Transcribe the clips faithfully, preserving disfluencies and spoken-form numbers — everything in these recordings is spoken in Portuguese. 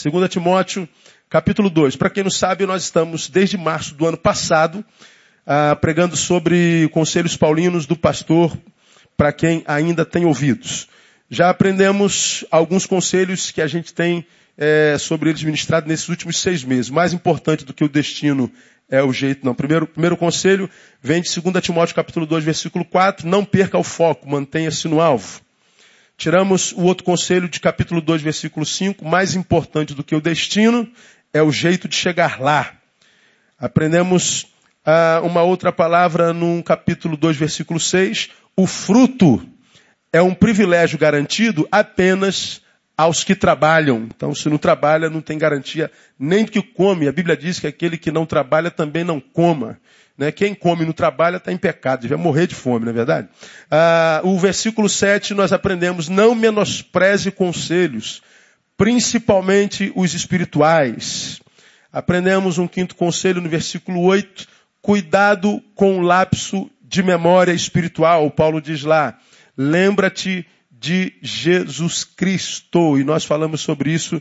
Segunda Timóteo, capítulo dois. Para quem não sabe, nós estamos desde março do ano passado ah, pregando sobre conselhos paulinos do pastor, para quem ainda tem ouvidos. Já aprendemos alguns conselhos que a gente tem é, sobre eles ministrado nesses últimos seis meses. Mais importante do que o destino é o jeito, não. Primeiro, primeiro conselho vem de Segunda Timóteo, capítulo dois, versículo quatro. Não perca o foco, mantenha-se no alvo. Tiramos o outro conselho de capítulo dois, versículo cinco. Mais importante do que o destino é o jeito de chegar lá. Aprendemos ah, uma outra palavra no capítulo dois, versículo seis. O fruto é um privilégio garantido apenas aos que trabalham. Então, se não trabalha, não tem garantia nem do que come. A Bíblia diz que aquele que não trabalha também não coma. Né? Quem come e não trabalha está em pecado, vai morrer de fome, não é verdade? Ah, o versículo sete nós aprendemos: não menospreze conselhos, principalmente os espirituais. Aprendemos um quinto conselho no versículo oito: cuidado com o lapso de memória espiritual. Paulo diz lá: lembra-te de Jesus Cristo. E nós falamos sobre isso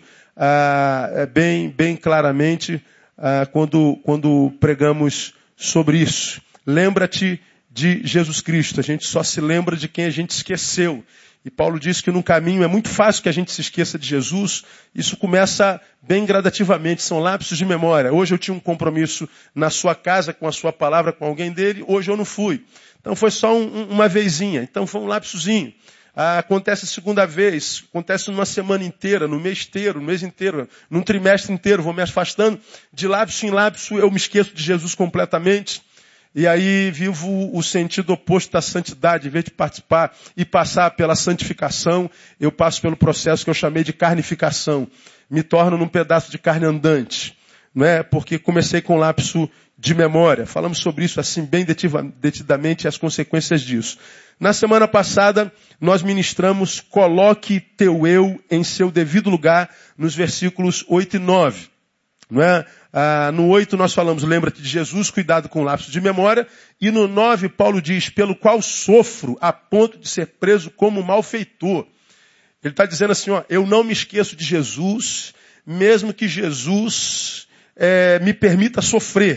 ah, bem, bem claramente ah, quando, quando pregamos sobre isso. Lembra-te de Jesus Cristo. A gente só se lembra de quem a gente esqueceu. E Paulo diz que no caminho é muito fácil que a gente se esqueça de Jesus. Isso começa bem gradativamente, são lapsos de memória. Hoje eu tinha um compromisso na sua casa, com a sua palavra, com alguém dele, hoje eu não fui. Então foi só um, uma vezinha, então foi um lapsozinho. Ah, acontece a segunda vez, acontece numa semana inteira, no mês inteiro, no mês inteiro, num trimestre inteiro, vou me afastando. De lapso em lapso eu me esqueço de Jesus completamente. E aí vivo o sentido oposto da santidade. Em vez de participar e passar pela santificação, eu passo pelo processo que eu chamei de carnificação. Me torno num pedaço de carne andante, não é? Porque comecei com lapso de memória. Falamos sobre isso assim bem detidamente e as consequências disso. Na semana passada, nós ministramos coloque teu eu em seu devido lugar nos versículos oito e nove. Não é? Ah, no oito nós falamos, lembra-te de Jesus, cuidado com o lapso de memória. E no nove Paulo diz, pelo qual sofro a ponto de ser preso como malfeitor. Ele está dizendo assim, ó, eu não me esqueço de Jesus, mesmo que Jesus é, me permita sofrer.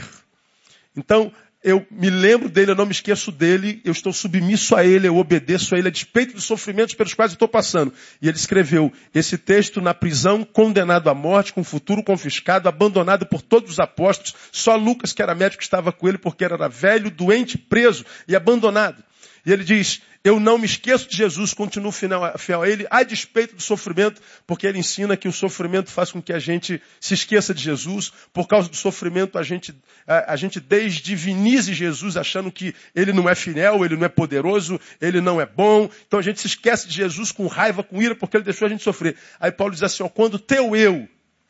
Então, eu me lembro dele, eu não me esqueço dele, eu estou submisso a ele, eu obedeço a ele, a despeito dos sofrimentos pelos quais eu estou passando. E ele escreveu esse texto na prisão, condenado à morte, com o futuro confiscado, abandonado por todos os apóstolos. Só Lucas, que era médico, estava com ele, porque era velho, doente, preso e abandonado. E ele diz, eu não me esqueço de Jesus, continuo fiel a ele, a despeito do sofrimento, porque ele ensina que o sofrimento faz com que a gente se esqueça de Jesus. Por causa do sofrimento, a gente, a, a gente desdivinize Jesus, achando que ele não é fiel, ele não é poderoso, ele não é bom. Então a gente se esquece de Jesus com raiva, com ira, porque ele deixou a gente sofrer. Aí Paulo diz assim, ó, quando teu eu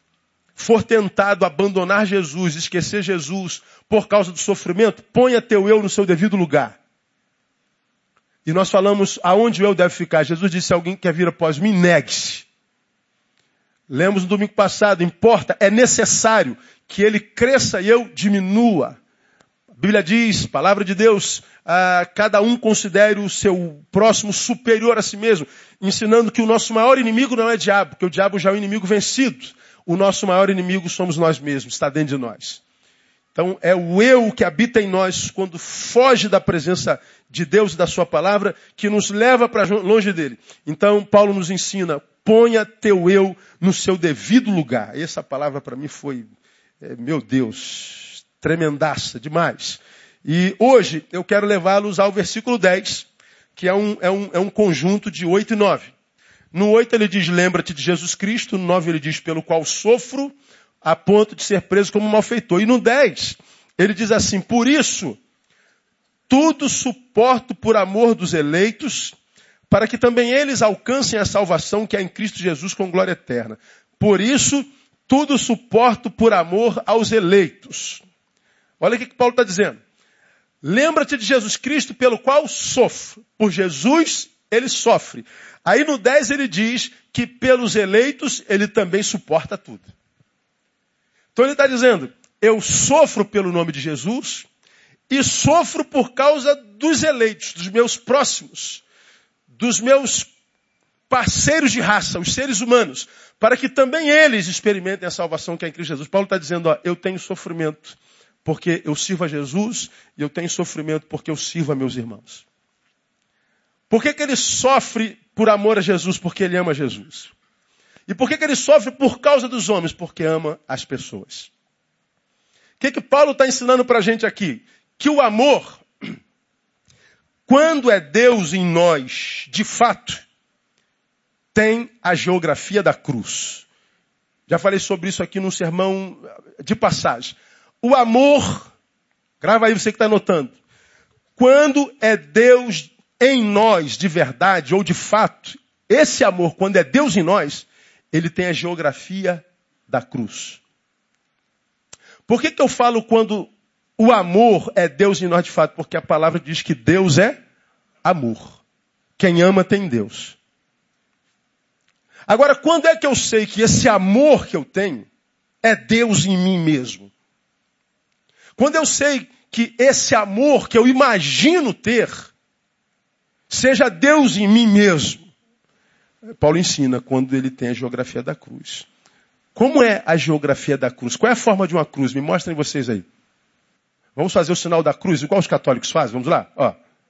for tentado a abandonar Jesus, esquecer Jesus por causa do sofrimento, ponha teu eu no seu devido lugar. E nós falamos aonde o eu deve ficar. Jesus disse, alguém que quer vir após mim, negue-se. Lemos no domingo passado, importa, é necessário que ele cresça e eu diminua. A Bíblia diz, palavra de Deus, ah, cada um considere o seu próximo superior a si mesmo, ensinando que o nosso maior inimigo não é o diabo, porque o diabo já é o inimigo vencido. O nosso maior inimigo somos nós mesmos, está dentro de nós. Então é o eu que habita em nós quando foge da presença de Deus e da sua palavra que nos leva para longe dele. Então Paulo nos ensina, ponha teu eu no seu devido lugar. Essa palavra para mim foi, é, meu Deus, tremendaça demais. E hoje eu quero levá-los ao versículo dez, que é um, é um, é um conjunto de oito e nove. No oito ele diz, lembra-te de Jesus Cristo. No nove ele diz, pelo qual sofro a ponto de ser preso como malfeitor. E no dez, ele diz assim, por isso, tudo suporto por amor dos eleitos, para que também eles alcancem a salvação que há em Cristo Jesus com glória eterna. Por isso, tudo suporto por amor aos eleitos. Olha o que Paulo está dizendo. Lembra-te de Jesus Cristo, pelo qual sofro. Por Jesus, ele sofre. Aí no dez ele diz que pelos eleitos, ele também suporta tudo. Então ele está dizendo, eu sofro pelo nome de Jesus e sofro por causa dos eleitos, dos meus próximos, dos meus parceiros de raça, os seres humanos, para que também eles experimentem a salvação que é em Cristo Jesus. Paulo está dizendo, ó, eu tenho sofrimento porque eu sirvo a Jesus e eu tenho sofrimento porque eu sirvo a meus irmãos. Por que que ele sofre por amor a Jesus? Porque ele ama Jesus. E por que que ele sofre por causa dos homens? Porque ama as pessoas. O que que Paulo está ensinando para a gente aqui? Que o amor, quando é Deus em nós, de fato, tem a geografia da cruz. Já falei sobre isso aqui num sermão de passagem. O amor, grava aí você que está anotando. Quando é Deus em nós, de verdade ou de fato, esse amor, quando é Deus em nós, ele tem a geografia da cruz. Por que que eu falo quando o amor é Deus em nós de fato? Porque a palavra diz que Deus é amor. Quem ama tem Deus. Agora, quando é que eu sei que esse amor que eu tenho é Deus em mim mesmo? Quando eu sei que esse amor que eu imagino ter seja Deus em mim mesmo. Paulo ensina quando ele tem a geografia da cruz. Como é a geografia da cruz? Qual é a forma de uma cruz? Me mostrem vocês aí. Vamos fazer o sinal da cruz, igual os católicos fazem. Vamos lá? Ó.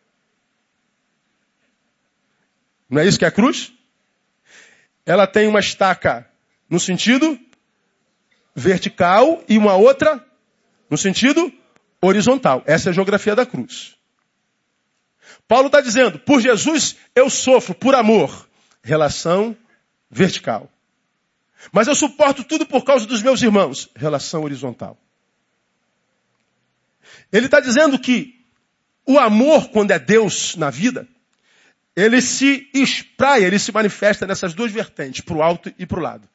Não é isso que é a cruz? Ela tem uma estaca no sentido vertical e uma outra no sentido horizontal. Essa é a geografia da cruz. Paulo está dizendo, por Jesus eu sofro por amor. Relação vertical. Mas eu suporto tudo por causa dos meus irmãos. Relação horizontal. Ele está dizendo que o amor, quando é Deus na vida, ele se espraia, ele se manifesta nessas duas vertentes, para o alto e para o lado.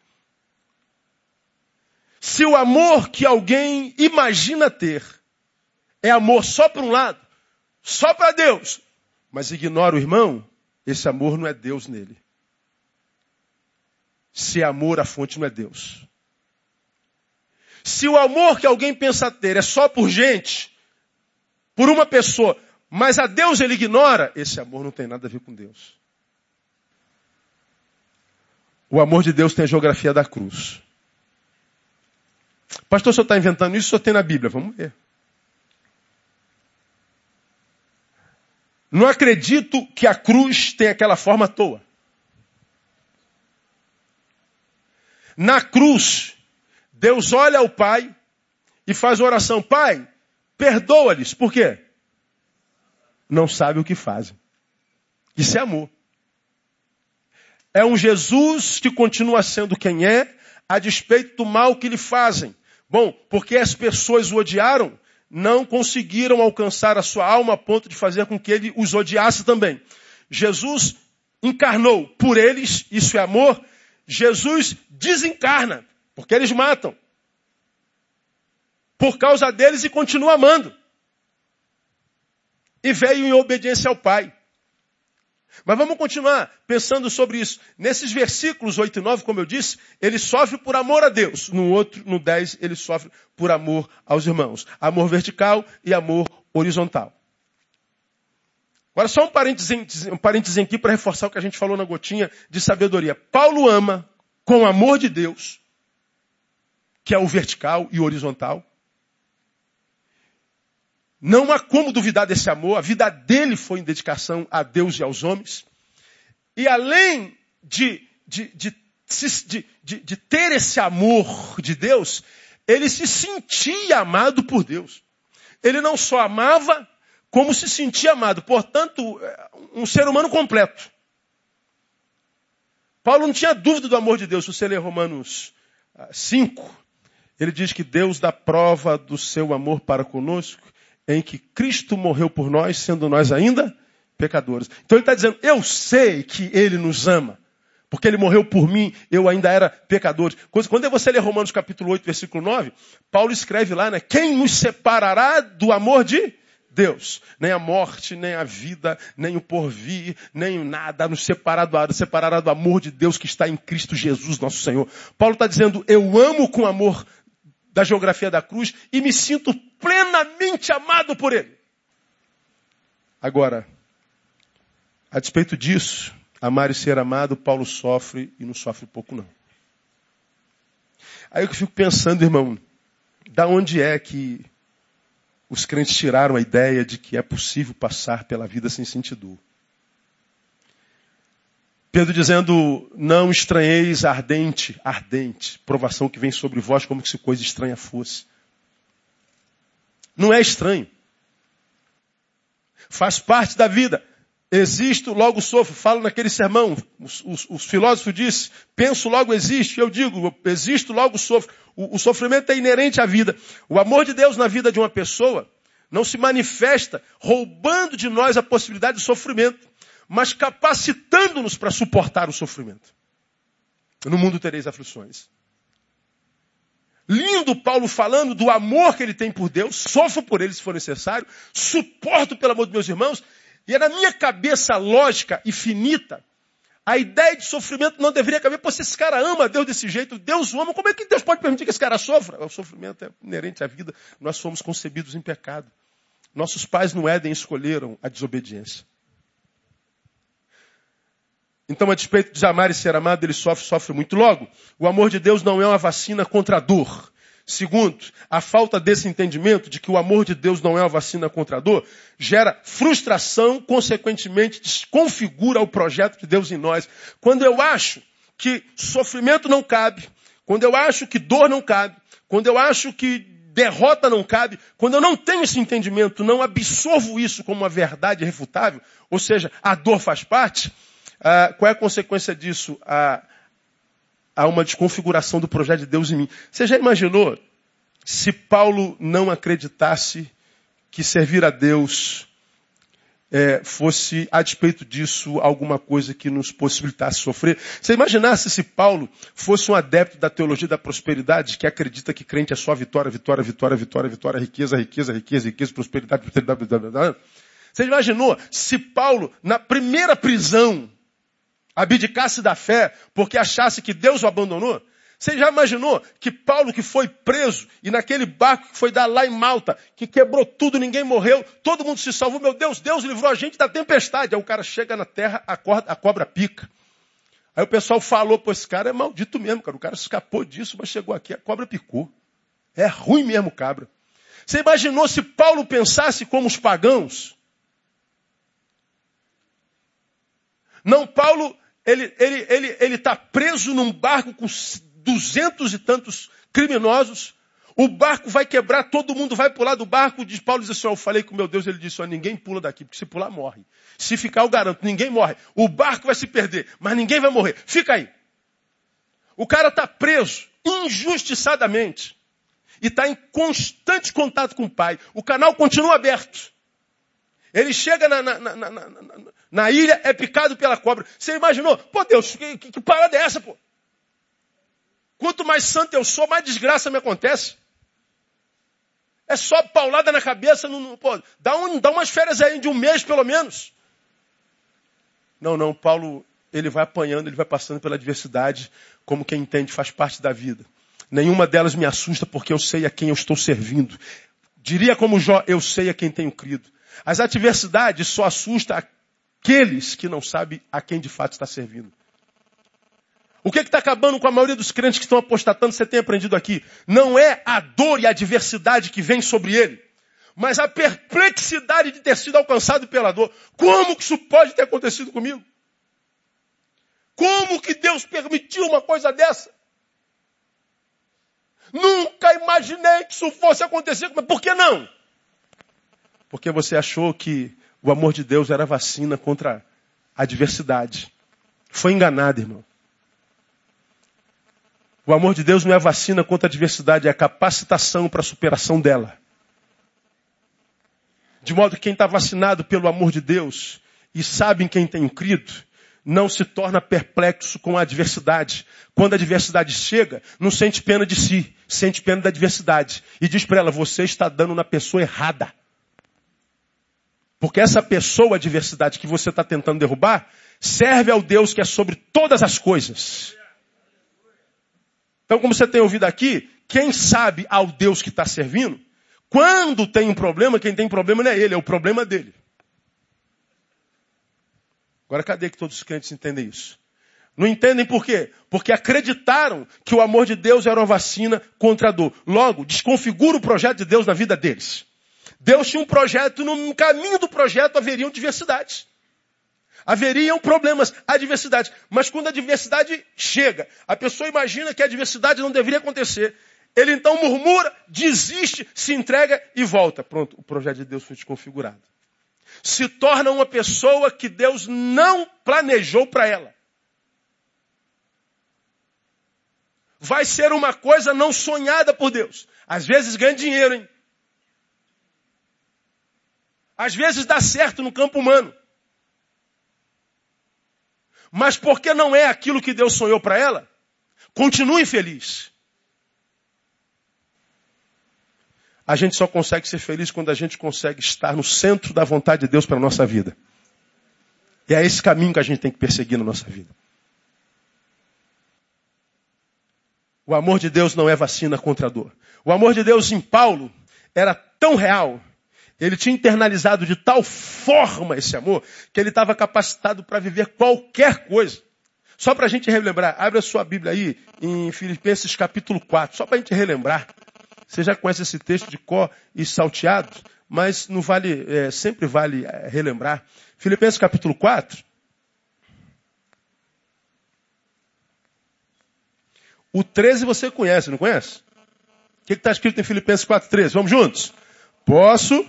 Se o amor que alguém imagina ter é amor só para um lado, só para Deus, mas ignora o irmão, esse amor não é Deus nele. Se é amor, a fonte não é Deus. Se o amor que alguém pensa ter é só por gente, por uma pessoa, mas a Deus ele ignora, esse amor não tem nada a ver com Deus. O amor de Deus tem a geografia da cruz. Pastor, o senhor está inventando isso? O senhor tem na Bíblia? Vamos ver. Não acredito que a cruz tem aquela forma à toa. Na cruz, Deus olha ao Pai e faz oração. Pai, perdoa-lhes. Por quê? Não sabe o que fazem. Isso é amor. É um Jesus que continua sendo quem é, a despeito do mal que lhe fazem. Bom, porque as pessoas o odiaram, não conseguiram alcançar a sua alma a ponto de fazer com que ele os odiasse também. Jesus encarnou por eles, isso é amor. Jesus desencarna, porque eles matam. Por causa deles e continua amando. E veio em obediência ao Pai. Mas vamos continuar pensando sobre isso. Nesses versículos oito e nove, como eu disse, ele sofre por amor a Deus. No outro, no dez, ele sofre por amor aos irmãos. Amor vertical e amor horizontal. Agora só um parênteses, um parênteses aqui para reforçar o que a gente falou na gotinha de sabedoria. Paulo ama com o amor de Deus, que é o vertical e o horizontal. Não há como duvidar desse amor. A vida dele foi em dedicação a Deus e aos homens. E além de, de, de, de, de, de ter esse amor de Deus, ele se sentia amado por Deus. Ele não só amava, como se sentia amado. Portanto, um ser humano completo. Paulo não tinha dúvida do amor de Deus. Se você ler Romanos cinco, ele diz que Deus dá prova do seu amor para conosco, em que Cristo morreu por nós, sendo nós ainda pecadores. Então ele está dizendo, eu sei que ele nos ama, porque ele morreu por mim, eu ainda era pecador. Quando você lê Romanos capítulo oito, versículo nove, Paulo escreve lá, né? Quem nos separará do amor de Deus? Nem a morte, nem a vida, nem o porvir, nem o nada nos separará, separará do amor de Deus que está em Cristo Jesus, nosso Senhor. Paulo está dizendo, eu amo com amor da geografia da cruz e me sinto plenamente amado por ele. Agora, a despeito disso, amar e ser amado, Paulo sofre e não sofre pouco não. Aí eu fico pensando, irmão, da onde é que os crentes tiraram a ideia de que é possível passar pela vida sem sentir dor? Pedro dizendo, não estranheis a ardente, ardente, provação que vem sobre vós como se coisa estranha fosse. Não é estranho. Faz parte da vida. Existo, logo sofro. Falo naquele sermão, os, os, os filósofos dizem, penso, logo existo. Eu digo, existo, logo sofro. O, o sofrimento é inerente à vida. O amor de Deus na vida de uma pessoa não se manifesta roubando de nós a possibilidade de sofrimento, mas capacitando-nos para suportar o sofrimento. No mundo tereis aflições. Lindo Paulo falando do amor que ele tem por Deus, sofro por ele se for necessário, suporto pelo amor dos meus irmãos, e é na minha cabeça lógica e finita, a ideia de sofrimento não deveria caber, porque esse cara ama Deus desse jeito, Deus o ama, como é que Deus pode permitir que esse cara sofra? O sofrimento é inerente à vida, nós fomos concebidos em pecado. Nossos pais no Éden escolheram a desobediência. Então, a despeito de amar e ser amado, ele sofre, sofre muito. Logo, o amor de Deus não é uma vacina contra a dor. Segundo, a falta desse entendimento de que o amor de Deus não é uma vacina contra a dor, gera frustração, consequentemente desconfigura o projeto de Deus em nós. Quando eu acho que sofrimento não cabe, quando eu acho que dor não cabe, quando eu acho que derrota não cabe, quando eu não tenho esse entendimento, não absorvo isso como uma verdade irrefutável, ou seja, a dor faz parte, ah, qual é a consequência disso? Ah, há uma desconfiguração do projeto de Deus em mim. Você já imaginou se Paulo não acreditasse que servir a Deus é, fosse, a despeito disso, alguma coisa que nos possibilitasse sofrer? Você imaginasse se Paulo fosse um adepto da teologia da prosperidade, que acredita que crente é só vitória, vitória, vitória, vitória, vitória, riqueza, riqueza, riqueza, riqueza, prosperidade, prosperidade, prosperidade. Você imaginou se Paulo, na primeira prisão, abdicasse da fé porque achasse que Deus o abandonou? Você já imaginou que Paulo, que foi preso, e naquele barco que foi dar lá em Malta, que quebrou tudo, ninguém morreu, todo mundo se salvou, meu Deus, Deus livrou a gente da tempestade. Aí o cara chega na terra, a, corda, a cobra pica. Aí o pessoal falou, pô, esse cara é maldito mesmo, cara, o cara escapou disso, mas chegou aqui, a cobra picou. É ruim mesmo, cabra. Você imaginou se Paulo pensasse como os pagãos? Não, Paulo, ele ele ele ele está preso num barco com duzentos e tantos criminosos. O barco vai quebrar, todo mundo vai pular do barco. Diz, Paulo diz assim, ó, eu falei com meu Deus, ele disse, ó, ninguém pula daqui, porque se pular morre. Se ficar, eu garanto, ninguém morre. O barco vai se perder, mas ninguém vai morrer. Fica aí. O cara está preso, injustiçadamente. E está em constante contato com o Pai. O canal continua aberto. Ele chega na, na, na, na, na, na ilha, é picado pela cobra. Você imaginou? Pô, Deus, que, que, que parada é essa, pô? Quanto mais santo eu sou, mais desgraça me acontece. É só paulada na cabeça. Não, não, pô, dá, um, dá umas férias aí de um mês, pelo menos. Não, não, Paulo, ele vai apanhando, ele vai passando pela adversidade, como quem entende, faz parte da vida. Nenhuma delas me assusta, porque eu sei a quem eu estou servindo. Diria como Jó, eu sei a quem tenho crido. As adversidades só assustam aqueles que não sabem a quem de fato está servindo. O que está acabando com a maioria dos crentes que estão apostatando, você tem aprendido aqui? Não é a dor e a adversidade que vem sobre ele, mas a perplexidade de ter sido alcançado pela dor. Como que isso pode ter acontecido comigo? Como que Deus permitiu uma coisa dessa? Nunca imaginei que isso fosse acontecer, mas por que não? Porque você achou que o amor de Deus era vacina contra a adversidade. Foi enganado, irmão. O amor de Deus não é vacina contra a adversidade, é a capacitação para a superação dela. De modo que quem está vacinado pelo amor de Deus e sabe em quem tem crido, não se torna perplexo com a adversidade. Quando a adversidade chega, não sente pena de si, sente pena da adversidade. E diz para ela, você está dando na pessoa errada. Porque essa pessoa, a adversidade que você está tentando derrubar, serve ao Deus que é sobre todas as coisas. Então, como você tem ouvido aqui, quem sabe ao Deus que está servindo, quando tem um problema, quem tem problema não é ele, é o problema dele. Agora, cadê que todos os crentes entendem isso? Não entendem por quê? Porque acreditaram que o amor de Deus era uma vacina contra a dor. Logo, desconfigura o projeto de Deus na vida deles. Deus tinha um projeto, no caminho do projeto haveriam diversidades. Haveriam problemas, adversidades. Mas quando a adversidade chega, a pessoa imagina que a adversidade não deveria acontecer. Ele então murmura, desiste, se entrega e volta. Pronto, o projeto de Deus foi desconfigurado. Se torna uma pessoa que Deus não planejou para ela. Vai ser uma coisa não sonhada por Deus. Às vezes ganha dinheiro, hein? Às vezes dá certo no campo humano. Mas porque não é aquilo que Deus sonhou para ela, continue feliz. A gente só consegue ser feliz quando a gente consegue estar no centro da vontade de Deus para a nossa vida. E é esse caminho que a gente tem que perseguir na nossa vida. O amor de Deus não é vacina contra a dor. O amor de Deus em Paulo era tão real, ele tinha internalizado de tal forma esse amor, que ele estava capacitado para viver qualquer coisa. Só para a gente relembrar, abre a sua Bíblia aí em Filipenses capítulo quatro, só para a gente relembrar. Você já conhece esse texto de cor e salteado, mas não vale, é, sempre vale é, relembrar. Filipenses capítulo quatro. O treze você conhece, não conhece? O que está escrito em Filipenses quatro, treze? Vamos juntos? Posso...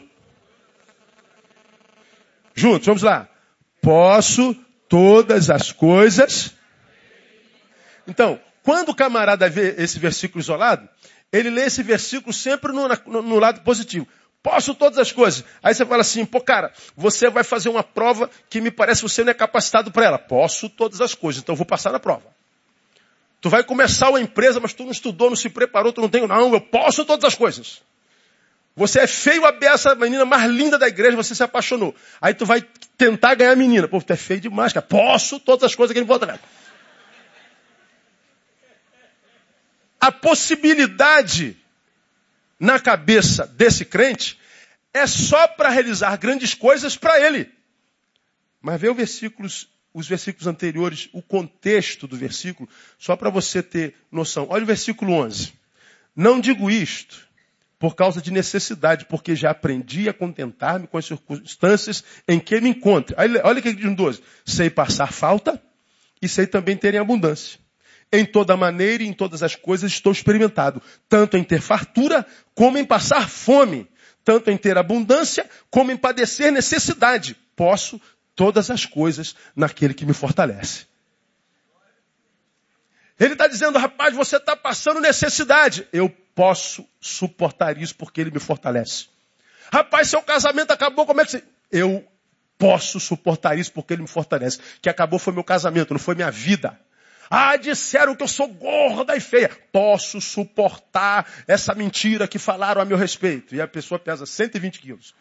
Juntos, vamos lá. Posso todas as coisas. Então, quando o camarada vê esse versículo isolado, ele lê esse versículo sempre no, no, no lado positivo. Posso todas as coisas. Aí você fala assim, pô, cara, você vai fazer uma prova que me parece que você não é capacitado para ela. Posso todas as coisas, então eu vou passar na prova. Tu vai começar uma empresa, mas tu não estudou, não se preparou, tu não tem... Não, eu posso todas as coisas. Você é feio a beça, a menina mais linda da igreja, você se apaixonou. Aí tu vai tentar ganhar a menina. Pô, tu é feio demais, cara. Posso todas as coisas que ele volta. A possibilidade na cabeça desse crente é só para realizar grandes coisas para ele. Mas vê os versículos, os versículos anteriores, o contexto do versículo, só para você ter noção. Olha o versículo onze. Não digo isto por causa de necessidade, porque já aprendi a contentar-me com as circunstâncias em que me encontro. Aí, olha o que diz no doze. Sei passar falta e sei também ter em abundância. Em toda maneira e em todas as coisas estou experimentado, tanto em ter fartura como em passar fome, tanto em ter abundância como em padecer necessidade. Posso todas as coisas naquele que me fortalece. Ele está dizendo, rapaz, você está passando necessidade. Eu posso suportar isso porque ele me fortalece. Rapaz, seu casamento acabou, como é que você... Eu posso suportar isso porque ele me fortalece. Que acabou foi meu casamento, não foi minha vida. Ah, disseram que eu sou gorda e feia. Posso suportar essa mentira que falaram a meu respeito. E a pessoa pesa cento e vinte quilos.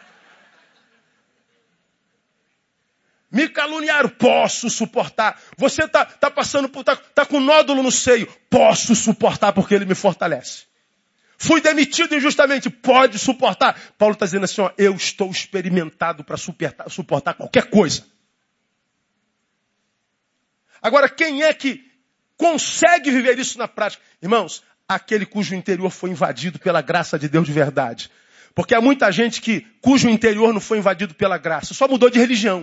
Me caluniaram, posso suportar. Você está tá passando por, tá, tá com nódulo no seio, posso suportar porque ele me fortalece. Fui demitido injustamente, pode suportar. Paulo está dizendo assim, ó, eu estou experimentado para suportar, suportar qualquer coisa. Agora, quem é que consegue viver isso na prática? Irmãos, aquele cujo interior foi invadido pela graça de Deus de verdade. Porque há muita gente que, cujo interior não foi invadido pela graça, só mudou de religião.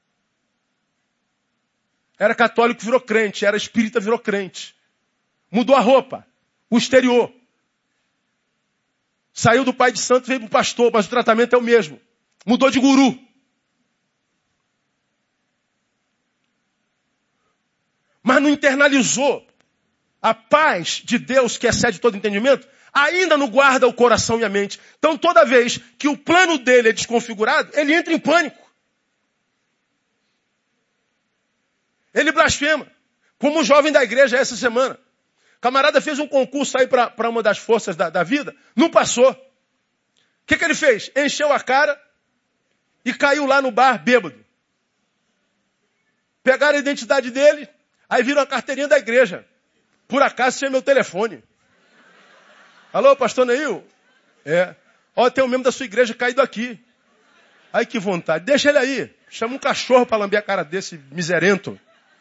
Era católico, virou crente. Era espírita, virou crente. Mudou a roupa, o exterior. Saiu do pai de santo, veio para o pastor, mas o tratamento é o mesmo. Mudou de guru. Mas não internalizou a paz de Deus, que excede todo entendimento, ainda não guarda o coração e a mente. Então, toda vez que o plano dele é desconfigurado, ele entra em pânico. Ele blasfema. Como um jovem da igreja essa semana. O camarada fez um concurso aí para uma das forças da, da vida. Não passou. O que, que ele fez? Encheu a cara e caiu lá no bar bêbado. Pegaram a identidade dele, aí viram a carteirinha da igreja. Por acaso tinha meu telefone. Alô, pastor Neil? É. Ó, tem um membro da sua igreja caído aqui. Ai, que vontade. Deixa ele aí. Chama um cachorro para lamber a cara desse miserento.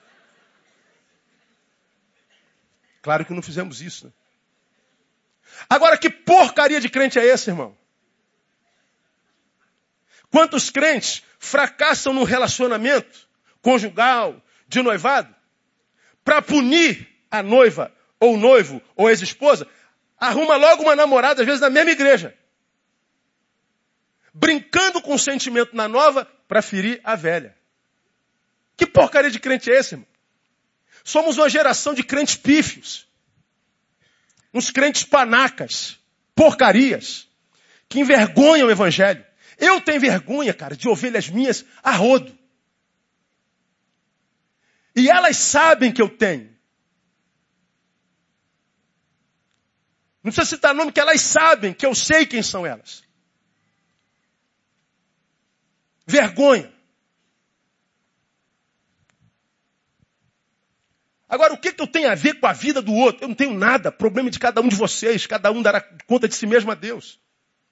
Claro que não fizemos isso, né? Agora, que porcaria de crente é esse, irmão? Quantos crentes fracassam no relacionamento conjugal, de noivado, para punir a noiva, ou o noivo, ou a ex-esposa, arruma logo uma namorada, às vezes na mesma igreja. Brincando com o sentimento na nova para ferir a velha. Que porcaria de crente é esse, irmão? Somos uma geração de crentes pífios. Uns crentes panacas, porcarias, que envergonham o evangelho. Eu tenho vergonha, cara, de ovelhas minhas a rodo. E elas sabem que eu tenho. Não precisa citar nome, que elas sabem que eu sei quem são elas. Vergonha. Agora, o que, que eu tenho a ver com a vida do outro? Eu não tenho nada. Problema de cada um de vocês. Cada um dará conta de si mesmo a Deus.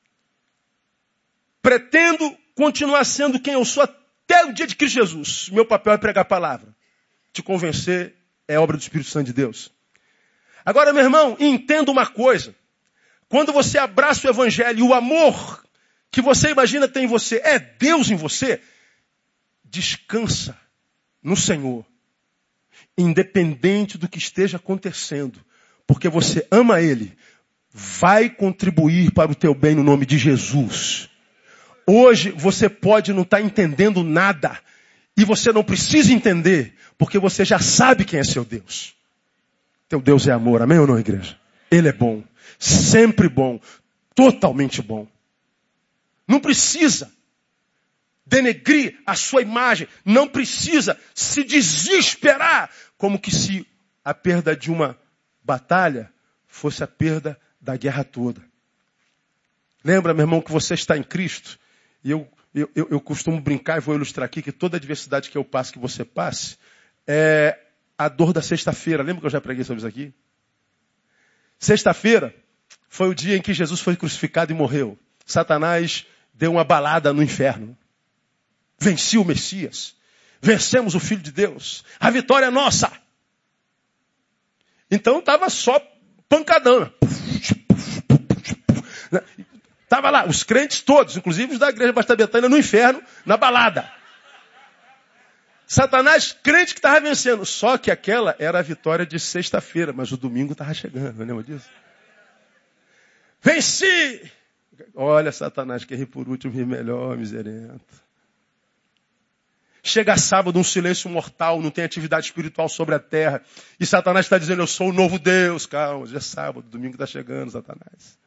Pretendo continuar sendo quem eu sou até o dia de Cristo Jesus. Meu papel é pregar a palavra. Te convencer é obra do Espírito Santo de Deus. Agora, meu irmão, entenda uma coisa. Quando você abraça o evangelho e o amor que você imagina tem em você é Deus em você, descansa no Senhor. Independente do que esteja acontecendo. Porque você ama Ele. Vai contribuir para o teu bem no nome de Jesus. Hoje você pode não estar entendendo nada. E você não precisa entender. Porque você já sabe quem é seu Deus. Teu Deus é amor. Amém ou não, igreja? Ele é bom. Sempre bom. Totalmente bom. Não precisa denegrir a sua imagem. Não precisa se desesperar. Como que se a perda de uma batalha fosse a perda da guerra toda. Lembra, meu irmão, que você está em Cristo. E eu, eu, eu, eu costumo brincar e vou ilustrar aqui que toda adversidade que eu passo, que você passe, é a dor da sexta-feira. Lembra que eu já preguei sobre isso aqui? Sexta-feira foi o dia em que Jesus foi crucificado e morreu. Satanás deu uma balada no inferno. Venci o Messias. Vencemos o Filho de Deus. A vitória é nossa. Então estava só pancadão. Estava lá, os crentes todos, inclusive os da igreja Basta Betânia, no inferno, na balada. Satanás, crente que estava vencendo. Só que aquela era a vitória de sexta-feira, mas o domingo estava chegando, lembra disso? Venci! Olha, Satanás, quer rir por último, rir melhor, miserento. Chega sábado, um silêncio mortal, não tem atividade espiritual sobre a terra. E Satanás está dizendo, eu sou o novo Deus. Calma, já é sábado, domingo está chegando, Satanás.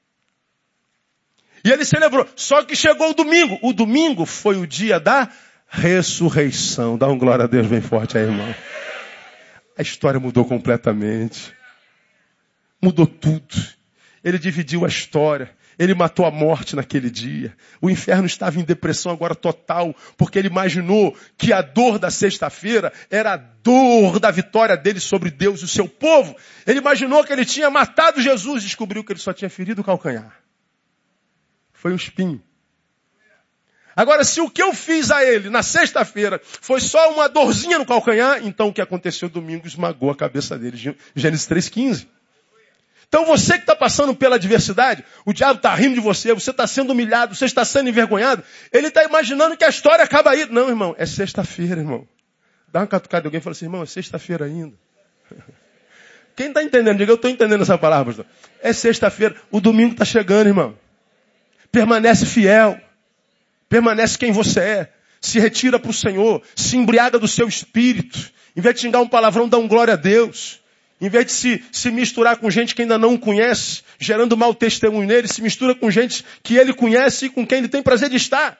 E ele celebrou. Só que chegou o domingo. O domingo foi o dia da ressurreição. Dá um glória a Deus bem forte aí, irmão. A história mudou completamente. Mudou tudo. Ele dividiu a história. Ele matou a morte naquele dia. O inferno estava em depressão agora total, porque ele imaginou que a dor da sexta-feira era a dor da vitória dele sobre Deus e o seu povo. Ele imaginou que ele tinha matado Jesus, descobriu que ele só tinha ferido o calcanhar. Foi um espinho. Agora, se o que eu fiz a ele na sexta-feira foi só uma dorzinha no calcanhar, então o que aconteceu domingo esmagou a cabeça dele. Gênesis três, quinze. Então você que está passando pela adversidade, o diabo está rindo de você, você está sendo humilhado, você está sendo envergonhado, ele está imaginando que a história acaba aí. Não, irmão, é sexta-feira, irmão. Dá uma catucada de alguém e fala assim, irmão, é sexta-feira ainda. Quem está entendendo? Diga, eu estou entendendo essa palavra, pastor. É sexta-feira, o domingo está chegando, irmão. Permanece fiel. Permanece quem você é. Se retira para o Senhor. Se embriaga do seu espírito. Em vez de xingar um palavrão, dá um glória a Deus. Em vez de se, se misturar com gente que ainda não o conhece, gerando mau testemunho nele, se mistura com gente que ele conhece e com quem ele tem prazer de estar.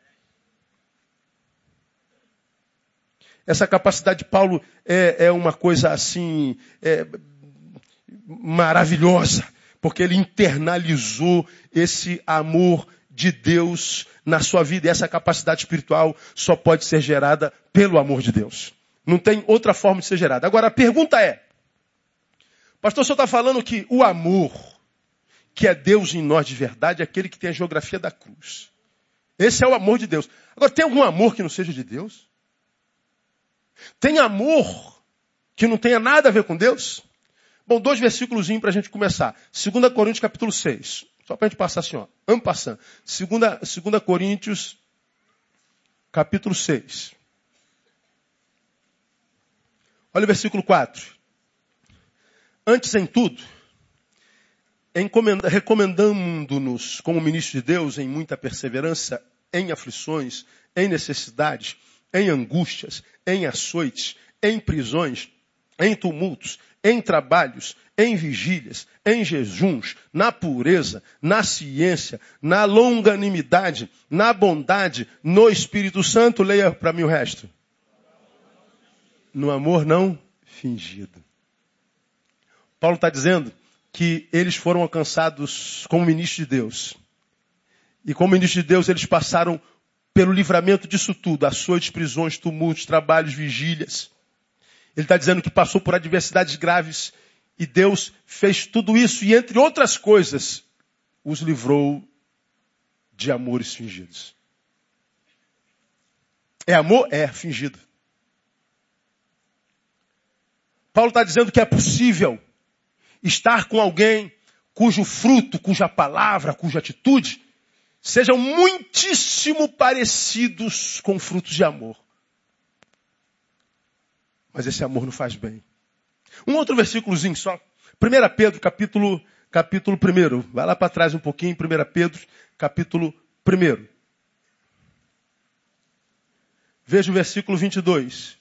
Essa capacidade de Paulo é, é uma coisa assim, é, maravilhosa, porque ele internalizou esse amor de Deus na sua vida. E essa capacidade espiritual só pode ser gerada pelo amor de Deus. Não tem outra forma de ser gerada. Agora, a pergunta é, pastor, o senhor está falando que o amor, que é Deus em nós de verdade, é aquele que tem a geografia da cruz. Esse é o amor de Deus. Agora, tem algum amor que não seja de Deus? Tem amor que não tenha nada a ver com Deus? Bom, dois versículos para a gente começar. dois Coríntios capítulo seis. Só para a gente passar assim, ó. Vamos passando. dois Coríntios capítulo seis. Olha o versículo quatro. Antes em tudo, recomendando-nos como ministros de Deus em muita perseverança, em aflições, em necessidades, em angústias, em açoites, em prisões, em tumultos, em trabalhos, em vigílias, em jejuns, na pureza, na ciência, na longanimidade, na bondade, no Espírito Santo. Leia para mim o resto. No amor não fingido. Paulo está dizendo que eles foram alcançados como ministros de Deus. E como ministros de Deus, eles passaram pelo livramento disso tudo. Açoites, prisões, tumultos, trabalhos, vigílias. Ele está dizendo que passou por adversidades graves. E Deus fez tudo isso. E entre outras coisas, os livrou de amores fingidos. É amor? É fingido. Paulo está dizendo que é possível estar com alguém cujo fruto, cuja palavra, cuja atitude sejam muitíssimo parecidos com frutos de amor. Mas esse amor não faz bem. Um outro versículozinho só. primeiro Pedro, capítulo, capítulo um. Vai lá para trás um pouquinho. primeiro Pedro, capítulo um. Veja o versículo vinte e dois.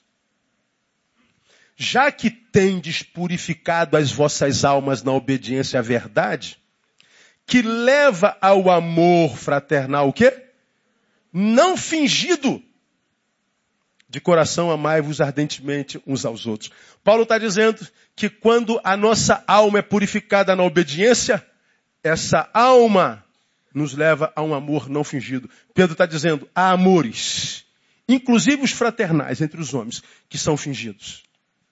Já que tendes purificado as vossas almas na obediência à verdade, que leva ao amor fraternal o quê? Não fingido. De coração amai-vos ardentemente uns aos outros. Paulo está dizendo que quando a nossa alma é purificada na obediência, essa alma nos leva a um amor não fingido. Pedro está dizendo, há amores, inclusive os fraternais entre os homens, que são fingidos.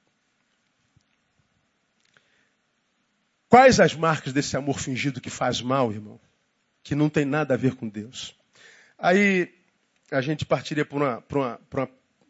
Quais as marcas desse amor fingido que faz mal, irmão? Que não tem nada a ver com Deus. Aí a gente partiria por uma, por uma, por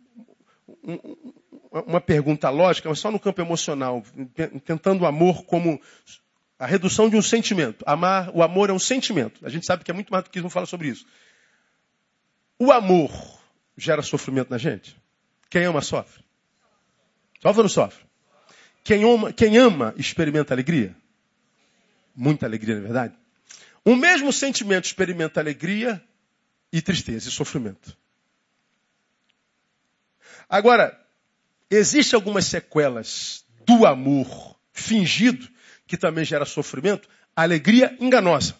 uma, uma pergunta lógica, mas só no campo emocional, tentando o amor como a redução de um sentimento. Amar, o amor é um sentimento. A gente sabe que é muito mais do que isso, vamos falar sobre isso. O amor gera sofrimento na gente? Quem ama sofre? Sofre ou não sofre? Quem ama, quem ama experimenta alegria? Muita alegria, não é verdade? O mesmo sentimento experimenta alegria e tristeza e sofrimento. Agora, existem algumas sequelas do amor fingido que também gera sofrimento, alegria enganosa.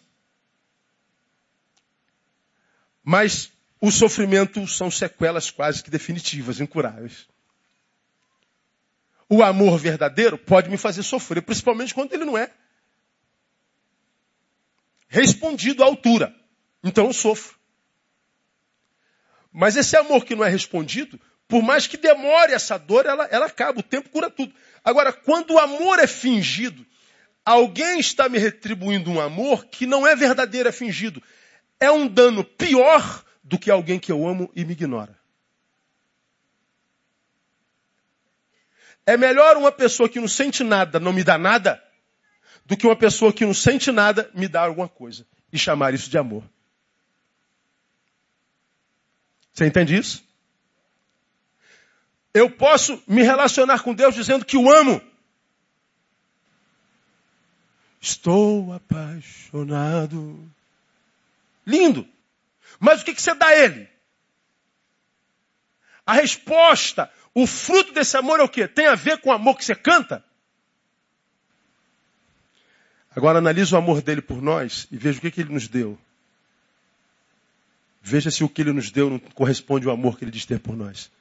Mas o sofrimento são sequelas quase que definitivas, incuráveis. O amor verdadeiro pode me fazer sofrer, principalmente quando ele não é respondido à altura. Então eu sofro. Mas esse amor que não é respondido, por mais que demore essa dor, ela, ela acaba. O tempo cura tudo. Agora, quando o amor é fingido, alguém está me retribuindo um amor que não é verdadeiro, é fingido. É um dano pior do que alguém que eu amo e me ignora. É melhor uma pessoa que não sente nada não me dá nada do que uma pessoa que não sente nada me dar alguma coisa e chamar isso de amor. Você entende isso? Eu posso me relacionar com Deus dizendo que o amo. Estou apaixonado. Lindo. Mas o que, que você dá a ele? A resposta, o fruto desse amor é o quê? Tem a ver com o amor que você canta? Agora analise o amor dele por nós e veja o que, que ele nos deu. Veja se o que ele nos deu não corresponde ao amor que ele diz ter por nós.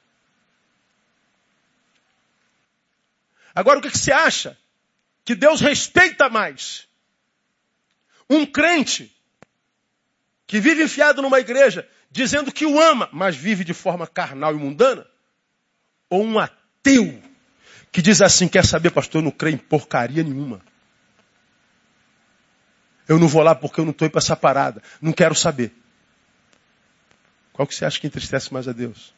Agora o que, que você acha? Que Deus respeita mais um crente que vive enfiado numa igreja dizendo que o ama, mas vive de forma carnal e mundana? Ou um ateu que diz assim, quer saber, pastor, eu não creio em porcaria nenhuma. Eu não vou lá porque eu não estou indo para essa parada. Não quero saber. Qual que você acha que entristece mais a Deus?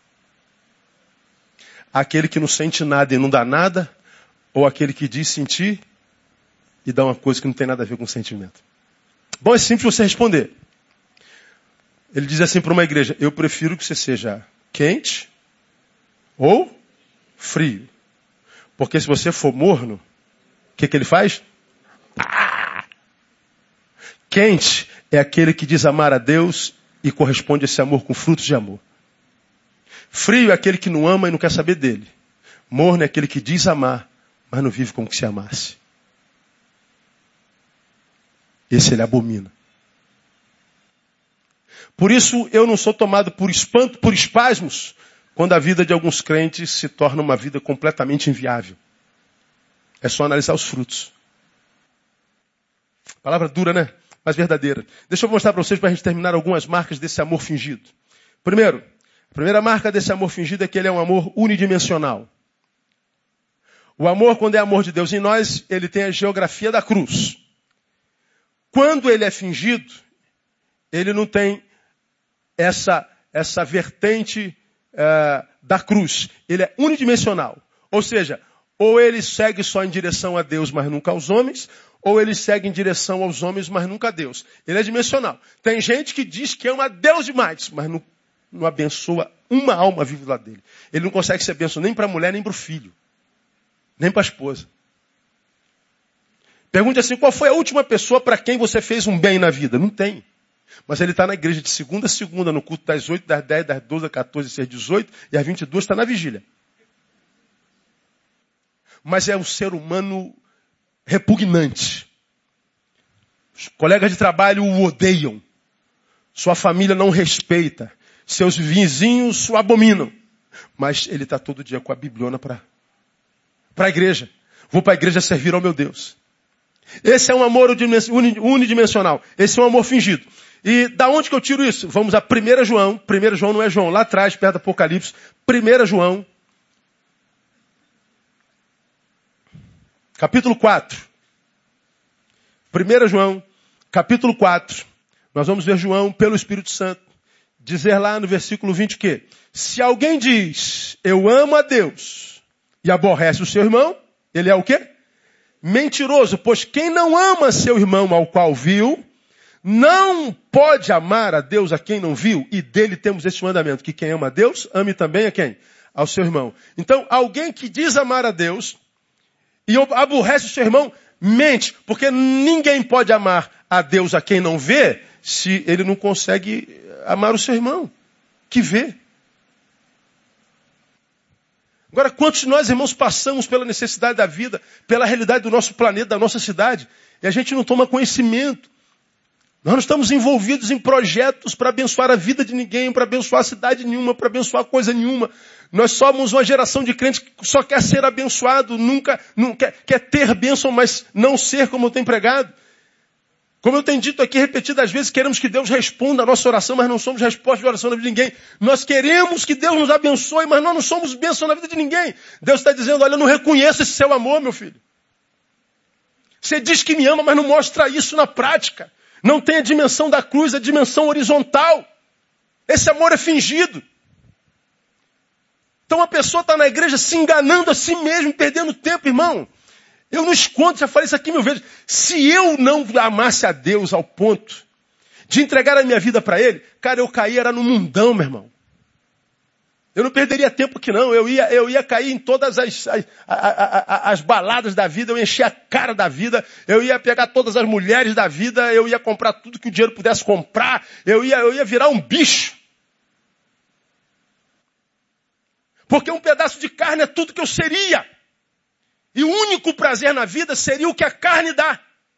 Aquele que não sente nada e não dá nada? Ou aquele que diz sentir e dá uma coisa que não tem nada a ver com sentimento? Bom, é simples você responder. Ele diz assim para uma igreja: eu prefiro que você seja quente ou frio. Porque se você for morno, o que, que ele faz? Ah! Quente é aquele que diz amar a Deus e corresponde a esse amor com frutos de amor. Frio é aquele que não ama e não quer saber dele. Morno é aquele que diz amar, mas não vive como que se amasse. Esse ele abomina. Por isso eu não sou tomado por espanto, por espasmos, quando a vida de alguns crentes se torna uma vida completamente inviável. É só analisar os frutos. Palavra dura, né? Mas verdadeira. Deixa eu mostrar para vocês, para a gente terminar, algumas marcas desse amor fingido. Primeiro, a primeira marca desse amor fingido é que ele é um amor unidimensional. O amor, quando é amor de Deus em nós, ele tem a geografia da cruz. Quando ele é fingido, ele não tem essa, essa vertente uh, da cruz. Ele é unidimensional. Ou seja, ou ele segue só em direção a Deus, mas nunca aos homens, ou ele segue em direção aos homens, mas nunca a Deus. Ele é dimensional. Tem gente que diz que ama Deus demais, mas não, não abençoa uma alma viva lá dele. Ele não consegue ser abençoado nem para a mulher, nem para o filho. Nem para a esposa. Pergunte assim: qual foi a última pessoa para quem você fez um bem na vida? Não tem. Mas ele está na igreja de segunda a segunda, no culto das oito, das dez, das doze, das quatorze, das dezoito, e às vinte e duas está na vigília. Mas é um ser humano repugnante. Os colegas de trabalho o odeiam. Sua família não respeita. Seus vizinhos o abominam. Mas ele está todo dia com a bibliona para a igreja. Vou para a igreja servir ao meu Deus. Esse é um amor unidimensional. Esse é um amor fingido. E da onde que eu tiro isso? Vamos a primeira João. primeira João não é João, lá atrás, perto do Apocalipse. primeira João. Capítulo quatro. primeira João, capítulo quatro. Nós vamos ver João, pelo Espírito Santo, dizer lá no versículo vinte o quê? Se alguém diz, eu amo a Deus, e aborrece o seu irmão, ele é o quê? Mentiroso, pois quem não ama seu irmão ao qual viu, não pode amar a Deus a quem não viu. E dele temos esse mandamento, que quem ama a Deus, ame também a quem? Ao seu irmão. Então, alguém que diz amar a Deus e aborrece o seu irmão, mente. Porque ninguém pode amar a Deus a quem não vê, se ele não consegue amar o seu irmão, que vê. Agora, quantos de nós, irmãos, passamos pela necessidade da vida, pela realidade do nosso planeta, da nossa cidade, e a gente não toma conhecimento. Nós não estamos envolvidos em projetos para abençoar a vida de ninguém, para abençoar a cidade nenhuma, para abençoar coisa nenhuma. Nós somos uma geração de crentes que só quer ser abençoado, nunca, nunca quer, quer ter bênção, mas não ser como eu tenho pregado. Como eu tenho dito aqui repetidas vezes, queremos que Deus responda a nossa oração, mas não somos resposta de oração na vida de ninguém. Nós queremos que Deus nos abençoe, mas nós não somos bênção na vida de ninguém. Deus está dizendo, olha, eu não reconheço esse seu amor, meu filho. Você diz que me ama, mas não mostra isso na prática. Não tem a dimensão da cruz, a dimensão horizontal. Esse amor é fingido. Então a pessoa está na igreja se enganando a si mesmo, perdendo tempo, irmão. Eu não escondo, já falei isso aqui mil vezes. Se eu não amasse a Deus ao ponto de entregar a minha vida para Ele, cara, eu caía era no mundão, meu irmão. Eu não perderia tempo aqui não. Eu ia, eu ia cair em todas as, as, as, as baladas da vida, eu ia encher a cara da vida, eu ia pegar todas as mulheres da vida, eu ia comprar tudo que o dinheiro pudesse comprar, eu ia, eu ia virar um bicho. Porque um pedaço de carne é tudo que eu seria. E o único prazer na vida seria o que a carne dá.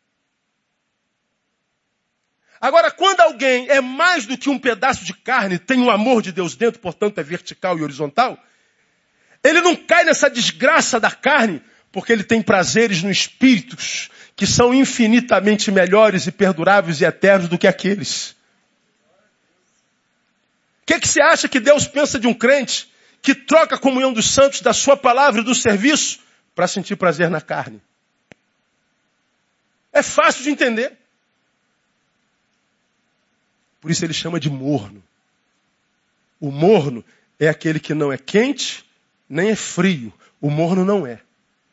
Agora, quando alguém é mais do que um pedaço de carne, tem o amor de Deus dentro, portanto é vertical e horizontal, ele não cai nessa desgraça da carne, porque ele tem prazeres no espírito que são infinitamente melhores e perduráveis e eternos do que aqueles. O que, que você acha que Deus pensa de um crente que troca a comunhão dos santos, da sua palavra e do serviço, para sentir prazer na carne? É fácil de entender. Por isso ele chama de morno. O morno é aquele que não é quente, nem é frio. O morno não é.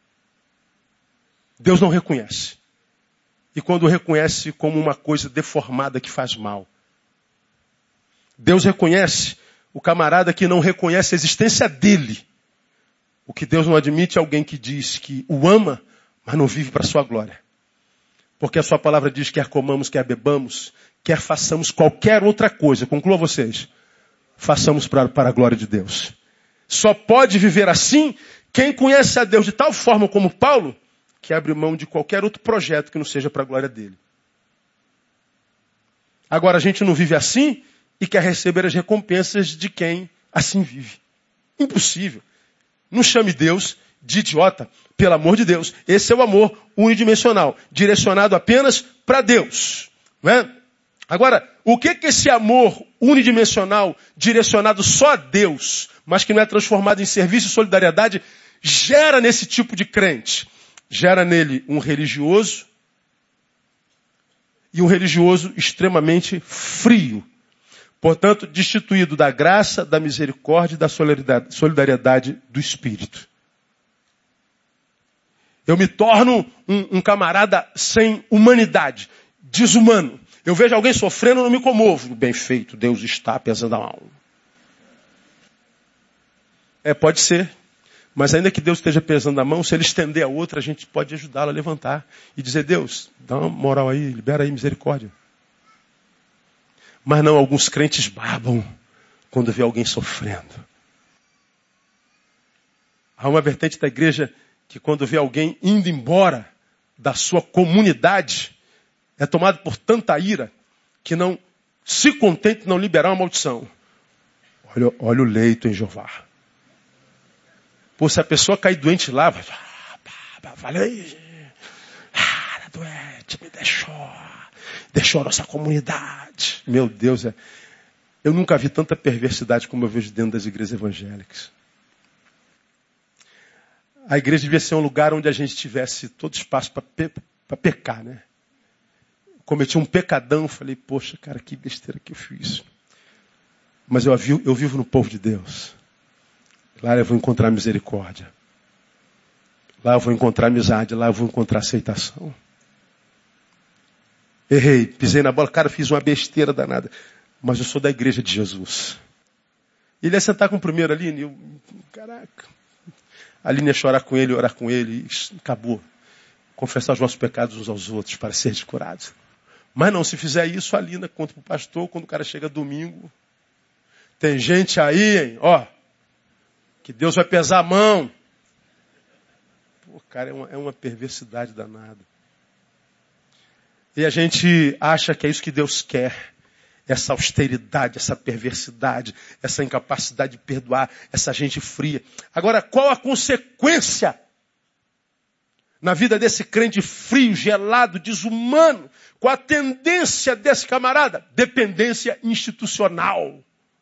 Deus não reconhece. E quando reconhece como uma coisa deformada que faz mal. Deus reconhece o camarada que não reconhece a existência dele. O que Deus não admite é alguém que diz que o ama, mas não vive para a sua glória. Porque a sua palavra diz que quer comamos, quer bebamos, quer façamos qualquer outra coisa. Conclua vocês. Façamos para, para a glória de Deus. Só pode viver assim quem conhece a Deus de tal forma como Paulo, que abre mão de qualquer outro projeto que não seja para a glória dele. Agora a gente não vive assim e quer receber as recompensas de quem assim vive. Impossível. Não chame Deus de idiota, pelo amor de Deus. Esse é o amor unidimensional, direcionado apenas para Deus. Não é? Agora, o que que esse amor unidimensional, direcionado só a Deus, mas que não é transformado em serviço e solidariedade, gera nesse tipo de crente? Gera nele um religioso e um religioso extremamente frio. Portanto, destituído da graça, da misericórdia e da solidariedade do Espírito. Eu me torno um, um camarada sem humanidade, desumano. Eu vejo alguém sofrendo, eu não me comovo. Bem feito, Deus está pesando a alma. É, pode ser. Mas ainda que Deus esteja pesando a mão, se Ele estender a outra, a gente pode ajudá-lo a levantar. E dizer, Deus, dá uma moral aí, libera aí misericórdia. Mas não, alguns crentes babam quando vê alguém sofrendo. Há uma vertente da igreja que quando vê alguém indo embora da sua comunidade, é tomado por tanta ira que não se contente em não liberar uma maldição. Olha, olha o leito em Jeová. Pô, se a pessoa cair doente lá, vai, valeu aí, ah, doente, me deixou, deixou a nossa comunidade. Meu Deus, é, eu nunca vi tanta perversidade como eu vejo dentro das igrejas evangélicas. A igreja devia ser um lugar onde a gente tivesse todo espaço para pe para pecar, né? Cometi um pecadão, falei, poxa, cara, que besteira que eu fiz. Mas eu, eu vivo no povo de Deus. Lá eu vou encontrar misericórdia. Lá eu vou encontrar amizade. Lá eu vou encontrar aceitação. Errei, pisei na bola. Cara, fiz uma besteira danada. Mas eu sou da igreja de Jesus. Ele ia sentar com o primeiro ali. E eu, caraca. A Aline ia chorar com ele, orar com ele. E acabou. Confessar os nossos pecados uns aos outros para serem curados. Mas não, se fizer isso, a Alina conta para o pastor. Quando o cara chega domingo. Tem gente aí, hein? Ó. Que Deus vai pesar a mão. Pô, cara, é uma, é uma perversidade danada. E a gente acha que é isso que Deus quer. Essa austeridade, essa perversidade, essa incapacidade de perdoar, essa gente fria. Agora, qual a consequência na vida desse crente frio, gelado, desumano? Qual a tendência desse camarada? Dependência institucional.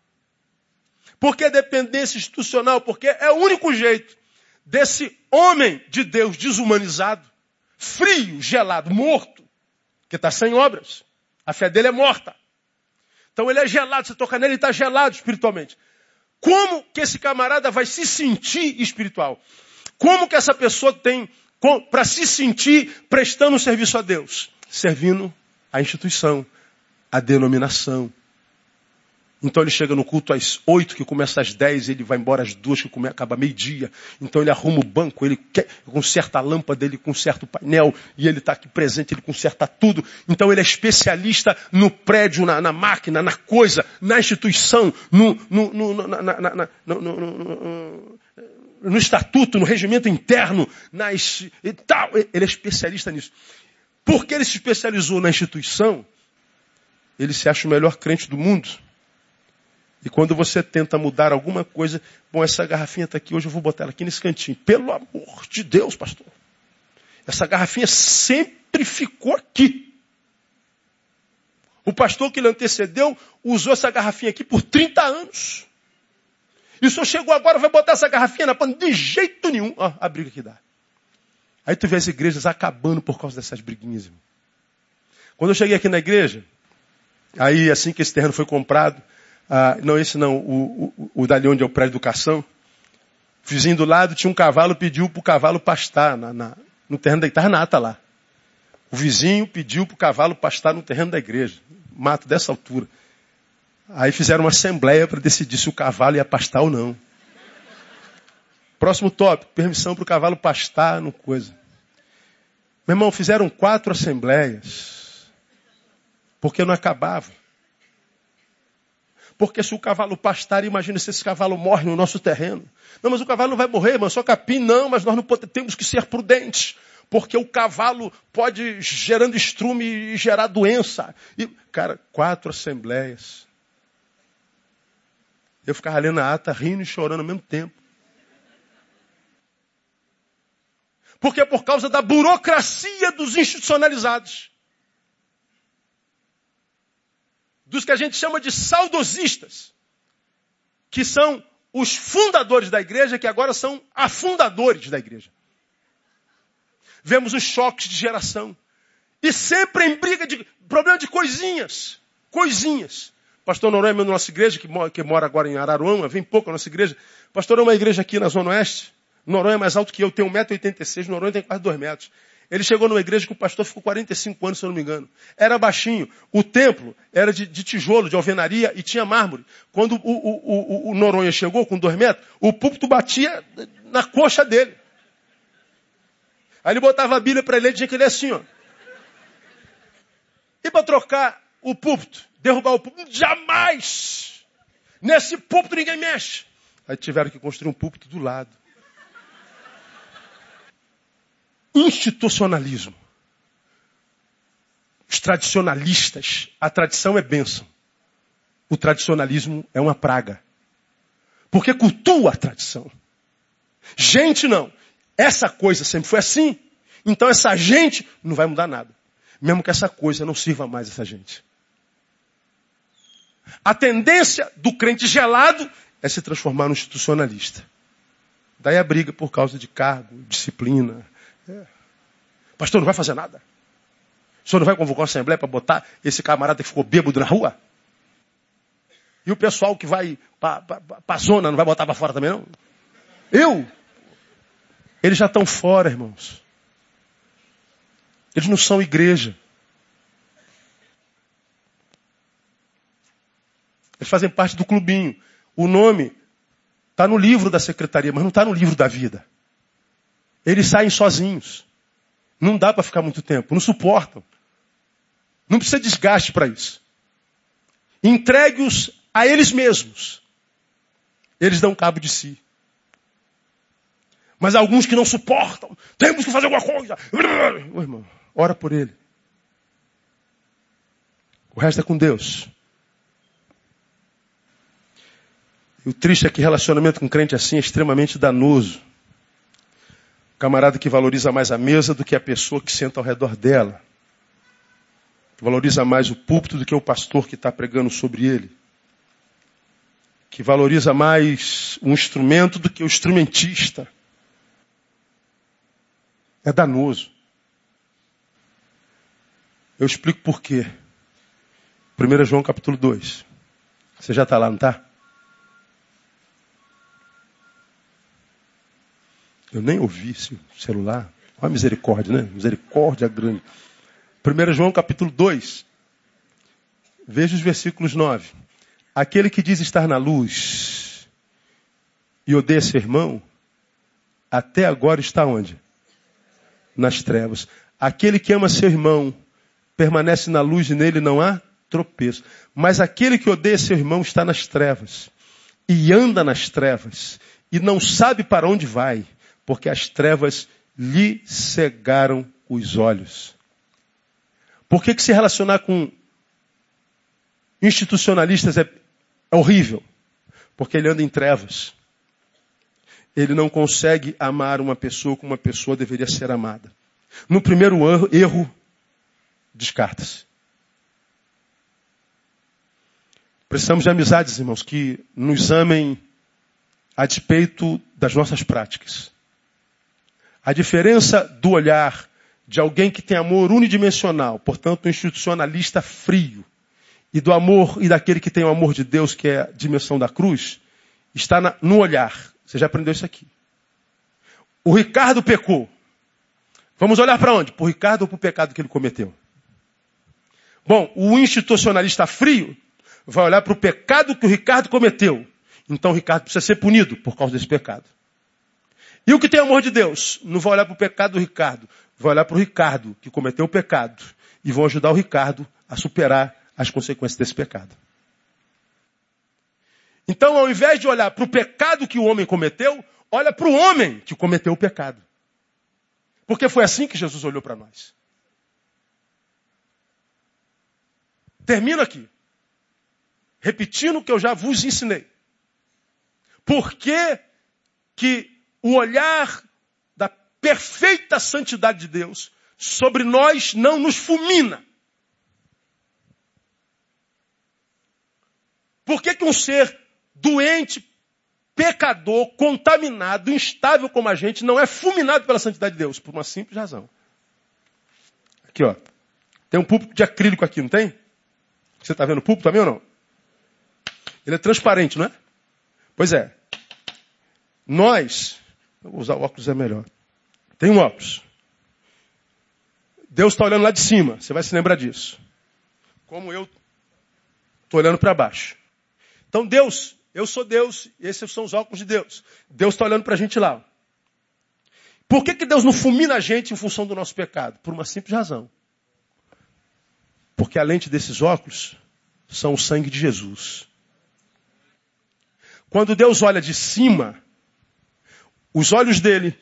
Por que dependência institucional? Porque é o único jeito desse homem de Deus desumanizado, frio, gelado, morto, que está sem obras. A fé dele é morta. Então ele é gelado, você toca nele, ele está gelado espiritualmente. Como que esse camarada vai se sentir espiritual? Como que essa pessoa tem para se sentir prestando um serviço a Deus? Servindo a instituição, a denominação. Então ele chega no culto às oito, que começa às dez, ele vai embora às duas, que começa, acaba meio-dia. Então ele arruma o banco, ele quer, conserta a lâmpada, ele conserta o painel, e ele está aqui presente, ele conserta tudo. Então ele é especialista no prédio, na, na máquina, na coisa, na instituição, no, no, no, na, na, na, no, no, no, no estatuto, no regimento interno, nas, e tal. Ele é especialista nisso. Porque ele se especializou na instituição, ele se acha o melhor crente do mundo. E quando você tenta mudar alguma coisa, bom, essa garrafinha está aqui, hoje eu vou botar ela aqui nesse cantinho. Pelo amor de Deus, pastor. Essa garrafinha sempre ficou aqui. O pastor que lhe antecedeu usou essa garrafinha aqui por trinta anos. E o senhor chegou agora, vai botar essa garrafinha na panela? De jeito nenhum. Ó, a briga que dá. Aí tu vê as igrejas acabando por causa dessas briguinhas, irmão. Quando eu cheguei aqui na igreja, aí assim que esse terreno foi comprado, Ah, não, esse não, o, o, o dali onde é o prédio de educação. Vizinho do lado tinha um cavalo, pediu para o cavalo pastar na, na, no terreno da igreja. Estava nata lá. O vizinho pediu para o cavalo pastar no terreno da igreja. Mato dessa altura. Aí fizeram uma assembleia para decidir se o cavalo ia pastar ou não. Próximo tópico, permissão para o cavalo pastar no coisa. Meu irmão, fizeram quatro assembleias. Porque não acabava. Porque se o cavalo pastar, imagina se esse cavalo morre no nosso terreno. Não, mas o cavalo não vai morrer, mas só capim. Não, mas nós não podemos, temos que ser prudentes. Porque o cavalo pode, gerando estrume, e gerar doença. E, cara, quatro assembleias. Eu ficava lendo a ata, rindo e chorando ao mesmo tempo. Porque é por causa da burocracia dos institucionalizados. Dos que a gente chama de saudosistas. Que são os fundadores da igreja, que agora são afundadores da igreja. Vemos os choques de geração. E sempre em briga de problema de coisinhas. Coisinhas. Pastor Noronha é da nossa igreja, que mora, que mora agora em Araruama, vem pouco a nossa igreja. Pastor é uma igreja aqui na Zona Oeste. Noronha é mais alto que eu, tem um metro e oitenta e seis, Noronha tem quase dois metros. Ele chegou numa igreja que o pastor ficou quarenta e cinco anos, se eu não me engano. Era baixinho. O templo era de, de tijolo, de alvenaria e tinha mármore. Quando o, o, o, o Noronha chegou com dois metros, o púlpito batia na coxa dele. Aí ele botava a Bíblia para ele, ele tinha que ler assim, ó. E para trocar o púlpito, derrubar o púlpito, jamais! Nesse púlpito ninguém mexe. Aí tiveram que construir um púlpito do lado. Institucionalismo. Os tradicionalistas, a tradição é bênção. O tradicionalismo é uma praga. Porque cultua a tradição. Gente não. Essa coisa sempre foi assim. Então essa gente não vai mudar nada. Mesmo que essa coisa não sirva mais essa gente. A tendência do crente gelado é se transformar no institucionalista. Daí a briga por causa de cargo, disciplina. É. Pastor, não vai fazer nada? O senhor não vai convocar uma assembleia para botar esse camarada que ficou bêbado na rua? E o pessoal que vai para a zona não vai botar para fora também, não? Eu? Eles já estão fora, irmãos. Eles não são igreja. Eles fazem parte do clubinho. O nome está no livro da secretaria, mas não está no livro da vida. Eles saem sozinhos. Não dá para ficar muito tempo. Não suportam. Não precisa de desgaste para isso. Entregue-os a eles mesmos. Eles dão cabo de si. Mas há alguns que não suportam. Temos que fazer alguma coisa. Ô, irmão, ora por ele. O resto é com Deus. E o triste é que relacionamento com crente assim é extremamente danoso. O camarada que valoriza mais a mesa do que a pessoa que senta ao redor dela. Que valoriza mais o púlpito do que o pastor que está pregando sobre ele. Que valoriza mais o instrumento do que o instrumentista. É danoso. Eu explico por quê. primeiro João capítulo dois. Você já está lá, não está? Eu nem ouvi esse celular. Olha a misericórdia, né? Misericórdia grande. primeiro João capítulo dois. Veja os versículos nove. Aquele que diz estar na luz e odeia seu irmão, até agora está onde? Nas trevas. Aquele que ama seu irmão, permanece na luz e nele não há tropeço. Mas aquele que odeia seu irmão está nas trevas. E anda nas trevas. E não sabe para onde vai. Porque as trevas lhe cegaram os olhos. Por que que se relacionar com institucionalistas é, é horrível? Porque ele anda em trevas. Ele não consegue amar uma pessoa como uma pessoa deveria ser amada. No primeiro erro, descarta-se. Precisamos de amizades, irmãos, que nos amem a despeito das nossas práticas. A diferença do olhar de alguém que tem amor unidimensional, portanto um institucionalista frio, e do amor e daquele que tem o amor de Deus, que é a dimensão da cruz, está na, no olhar. Você já aprendeu isso aqui. O Ricardo pecou. Vamos olhar para onde? Para o Ricardo ou para o pecado que ele cometeu? Bom, o institucionalista frio vai olhar para o pecado que o Ricardo cometeu. Então o Ricardo precisa ser punido por causa desse pecado. E o que tem amor de Deus? Não vai olhar para o pecado do Ricardo. Vai olhar para o Ricardo que cometeu o pecado. E vão ajudar o Ricardo a superar as consequências desse pecado. Então, ao invés de olhar para o pecado que o homem cometeu, olha para o homem que cometeu o pecado. Porque foi assim que Jesus olhou para nós. Termino aqui. Repetindo o que eu já vos ensinei. Por que que o olhar da perfeita santidade de Deus sobre nós não nos fulmina? Por que que um ser doente, pecador, contaminado, instável como a gente, não é fulminado pela santidade de Deus? Por uma simples razão. Aqui, ó. Tem um púlpito de acrílico aqui, não tem? Você está vendo o púlpito também ou não? Ele é transparente, não é? Pois é. Nós, eu vou usar o óculos, é melhor. Tem um óculos. Deus está olhando lá de cima, você vai se lembrar disso. Como eu estou olhando para baixo. Então Deus, eu sou Deus, esses são os óculos de Deus. Deus está olhando para a gente lá. Por que que Deus não fulmina a gente em função do nosso pecado? Por uma simples razão. Porque a lente desses óculos são o sangue de Jesus. Quando Deus olha de cima, os olhos dele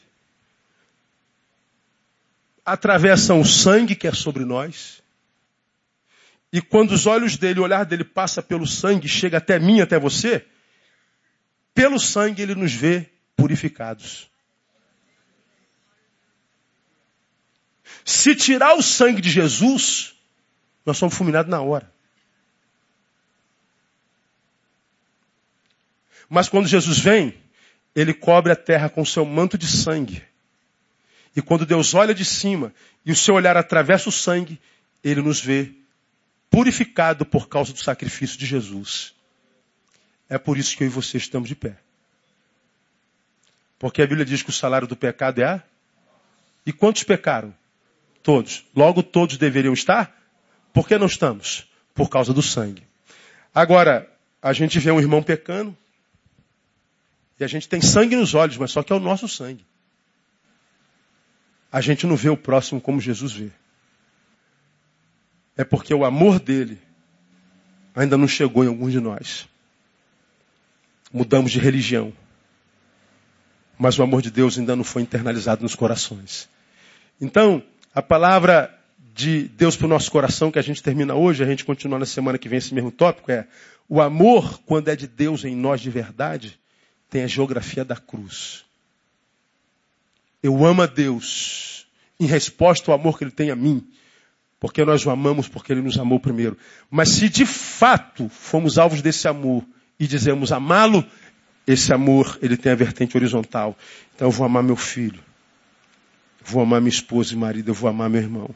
atravessam o sangue que é sobre nós. E quando os olhos dele, o olhar dele passa pelo sangue, chega até mim, até você, pelo sangue ele nos vê purificados. Se tirar o sangue de Jesus, nós somos fulminados na hora. Mas quando Jesus vem, ele cobre a terra com seu manto de sangue. E quando Deus olha de cima e o seu olhar atravessa o sangue, ele nos vê purificado por causa do sacrifício de Jesus. É por isso que eu e você estamos de pé. Porque a Bíblia diz que o salário do pecado é a... E quantos pecaram? Todos. Logo todos deveriam estar? Por que não estamos? Por causa do sangue. Agora, a gente vê um irmão pecando e a gente tem sangue nos olhos, mas só que é o nosso sangue. A gente não vê o próximo como Jesus vê. É porque o amor dele ainda não chegou em alguns de nós. Mudamos de religião. Mas o amor de Deus ainda não foi internalizado nos corações. Então, a palavra de Deus para o nosso coração, que a gente termina hoje, a gente continua na semana que vem esse mesmo tópico, é: o amor, quando é de Deus em nós de verdade, tem a geografia da cruz. Eu amo a Deus em resposta ao amor que Ele tem a mim. Porque nós o amamos, porque Ele nos amou primeiro. Mas se de fato fomos alvos desse amor e dizemos amá-lo, esse amor, ele tem a vertente horizontal. Então eu vou amar meu filho. Vou amar minha esposa e marido. Eu vou amar meu irmão.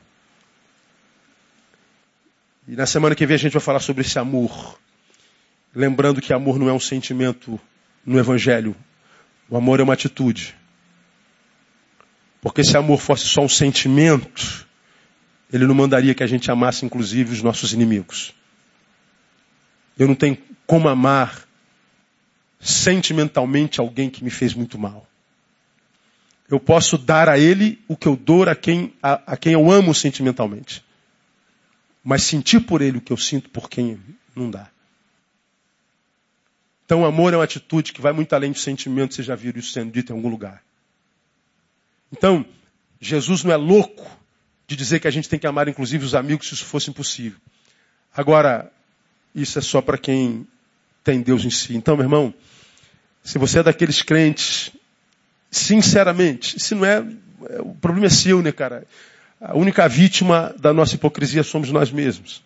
E na semana que vem a gente vai falar sobre esse amor. Lembrando que amor não é um sentimento no Evangelho. O amor é uma atitude. Porque se amor fosse só um sentimento, Ele não mandaria que a gente amasse, inclusive, os nossos inimigos. Eu não tenho como amar sentimentalmente alguém que me fez muito mal. Eu posso dar a ele o que eu dou a quem, a, a quem eu amo sentimentalmente. Mas sentir por ele o que eu sinto por quem não dá. Então, o amor é uma atitude que vai muito além do sentimento. Vocês já viram isso sendo dito em algum lugar. Então, Jesus não é louco de dizer que a gente tem que amar, inclusive, os amigos, se isso fosse impossível. Agora, isso é só para quem tem Deus em si. Então, meu irmão, se você é daqueles crentes, sinceramente, se não é, o problema é seu, né, cara? A única vítima da nossa hipocrisia somos nós mesmos.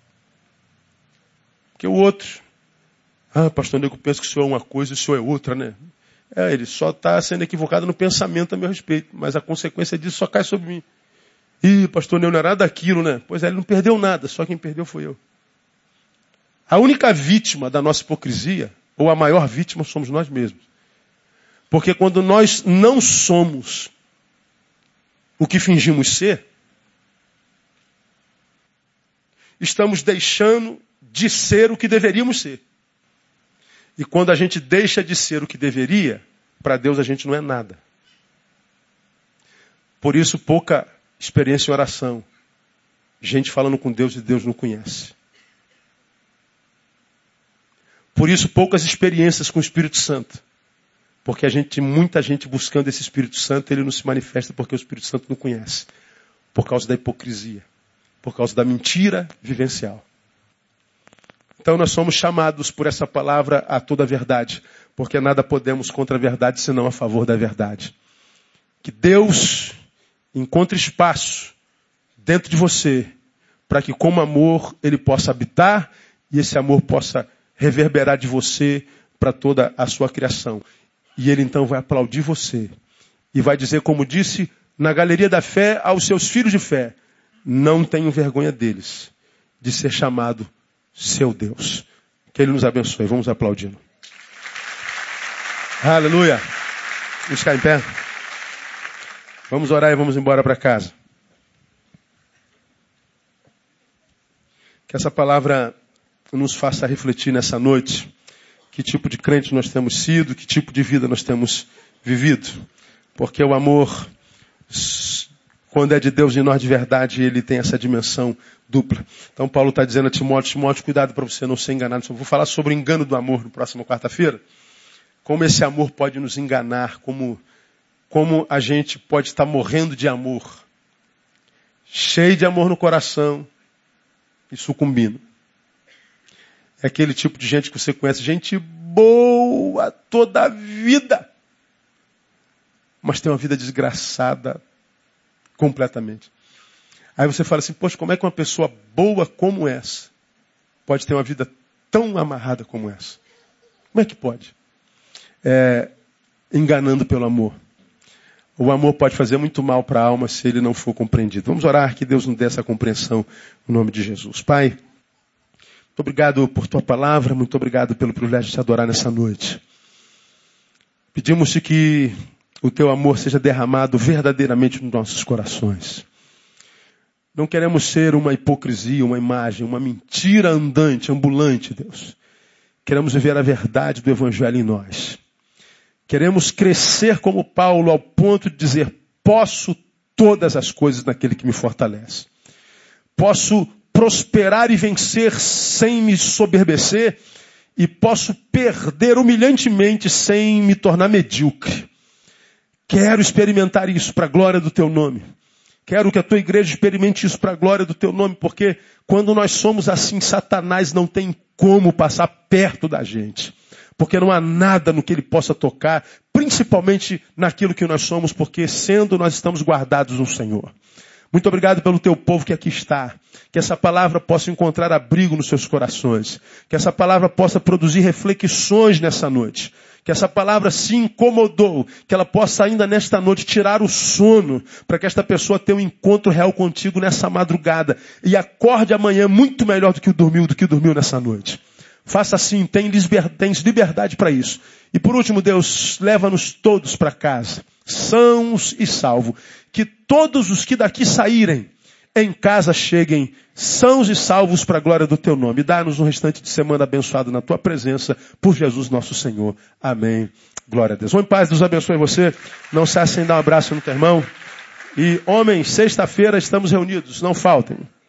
Porque o outro, ah, pastor Nego pensa que o senhor é uma coisa e o senhor é outra, né? É, ele só está sendo equivocado no pensamento a meu respeito, mas a consequência disso só cai sobre mim. Ih, pastor Neu não era nada daquilo, né? Pois é, ele não perdeu nada, só quem perdeu foi eu. A única vítima da nossa hipocrisia, ou a maior vítima, somos nós mesmos. Porque quando nós não somos o que fingimos ser, estamos deixando de ser o que deveríamos ser. E quando a gente deixa de ser o que deveria, para Deus a gente não é nada. Por isso, pouca experiência em oração. Gente falando com Deus e Deus não conhece. Por isso, poucas experiências com o Espírito Santo. Porque a gente, muita gente buscando esse Espírito Santo, ele não se manifesta porque o Espírito Santo não conhece. Por causa da hipocrisia. Por causa da mentira vivencial. Então nós somos chamados por essa palavra a toda a verdade. Porque nada podemos contra a verdade, senão a favor da verdade. Que Deus encontre espaço dentro de você, para que como amor ele possa habitar e esse amor possa reverberar de você para toda a sua criação. E ele então vai aplaudir você e vai dizer, como disse na galeria da fé aos seus filhos de fé, não tenho vergonha deles de ser chamado seu Deus. Que ele nos abençoe. Vamos aplaudindo. Aleluia. Vamos ficar em pé. Vamos orar e vamos embora para casa. Que essa palavra nos faça refletir nessa noite que tipo de crente nós temos sido, que tipo de vida nós temos vivido. Porque o amor, quando é de Deus e nós de verdade, ele tem essa dimensão dupla. Então Paulo está dizendo a Timóteo, Timóteo, cuidado para você não ser enganado. Eu vou falar sobre o engano do amor no próximo quarta-feira. Como esse amor pode nos enganar, como, como a gente pode estar morrendo de amor, cheio de amor no coração e sucumbindo. É aquele tipo de gente que você conhece, gente boa toda a vida, mas tem uma vida desgraçada completamente. Aí você fala assim, poxa, como é que uma pessoa boa como essa pode ter uma vida tão amarrada como essa? Como é que pode? É, enganando pelo amor. O amor pode fazer muito mal para a alma se ele não for compreendido. Vamos orar que Deus nos dê essa compreensão no nome de Jesus. Pai, muito obrigado por tua palavra, muito obrigado pelo privilégio de te adorar nessa noite. Pedimos-te que o teu amor seja derramado verdadeiramente nos nossos corações. Não queremos ser uma hipocrisia, uma imagem, uma mentira andante, ambulante, Deus. Queremos viver a verdade do Evangelho em nós. Queremos crescer como Paulo ao ponto de dizer, posso todas as coisas naquele que me fortalece. Posso prosperar e vencer sem me soberbecer e posso perder humilhantemente sem me tornar medíocre. Quero experimentar isso para a glória do teu nome. Quero que a tua igreja experimente isso para a glória do teu nome, porque quando nós somos assim, Satanás não tem como passar perto da gente. Porque não há nada no que ele possa tocar, principalmente naquilo que nós somos, porque sendo nós estamos guardados no Senhor. Muito obrigado pelo teu povo que aqui está. Que essa palavra possa encontrar abrigo nos seus corações. Que essa palavra possa produzir reflexões nessa noite. Que essa palavra se incomodou. Que ela possa ainda nesta noite tirar o sono. Para que esta pessoa tenha um encontro real contigo nessa madrugada. E acorde amanhã muito melhor do que dormiu, do que dormiu nessa noite. Faça assim, tens liberdade para isso. E por último, Deus, leva-nos todos para casa, sãos e salvos. Que todos os que daqui saírem, em casa cheguem sãos e salvos para a glória do teu nome. Dá-nos um restante de semana abençoado na tua presença, por Jesus nosso Senhor. Amém. Glória a Deus. Vamos em paz, Deus abençoe você. Não cesse em dar um abraço no teu irmão. E homens, sexta-feira estamos reunidos, não faltem.